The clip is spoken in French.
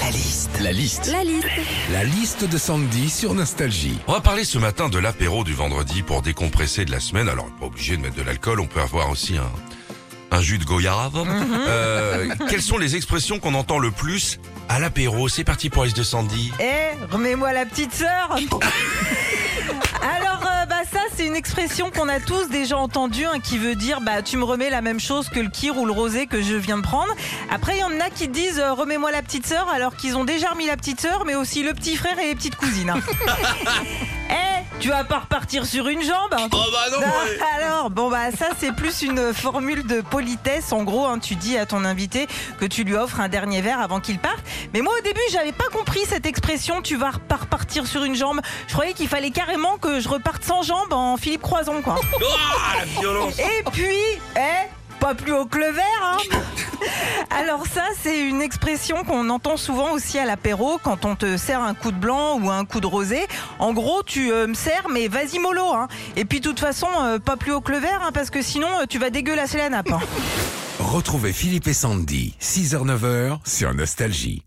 La liste. La liste. La liste. La liste de Sandy sur Nostalgie. On va parler ce matin de l'apéro du vendredi pour décompresser de la semaine. Alors, pas obligé de mettre de l'alcool, on peut avoir aussi un jus de goyave. Quelles sont les expressions qu'on entend le plus à l'apéro? C'est parti pour la liste de Sandy. Remets-moi la petite sœur. Alors, ça, c'est une expression qu'on a tous déjà entendue, qui veut dire, tu me remets la même chose que le kir ou le rosé que je viens de prendre. Après, il y en a qui disent, remets-moi la petite sœur, alors qu'ils ont déjà remis la petite sœur, mais aussi le petit frère et les petites cousines. Tu vas pas repartir sur une jambe? Oh bah non, ouais. Alors, ça, c'est plus une formule de politesse. En gros, tu dis à ton invité que tu lui offres un dernier verre avant qu'il parte. Mais moi, au début, j'avais pas compris cette expression, tu vas pas repartir sur une jambe. Je croyais qu'il fallait carrément que je reparte sans jambe en Philippe Croison, quoi. Oh, la violence. Et puis, pas plus haut que le verre, Alors ça, c'est une expression qu'on entend souvent aussi à l'apéro quand on te sert un coup de blanc ou un coup de rosé. En gros, tu me sers, mais vas-y mollo. Et puis, de toute façon, pas plus haut que le verre, parce que sinon, tu vas dégueulasser la nappe. Retrouvez Philippe et Sandy, 6h-9h sur Nostalgie.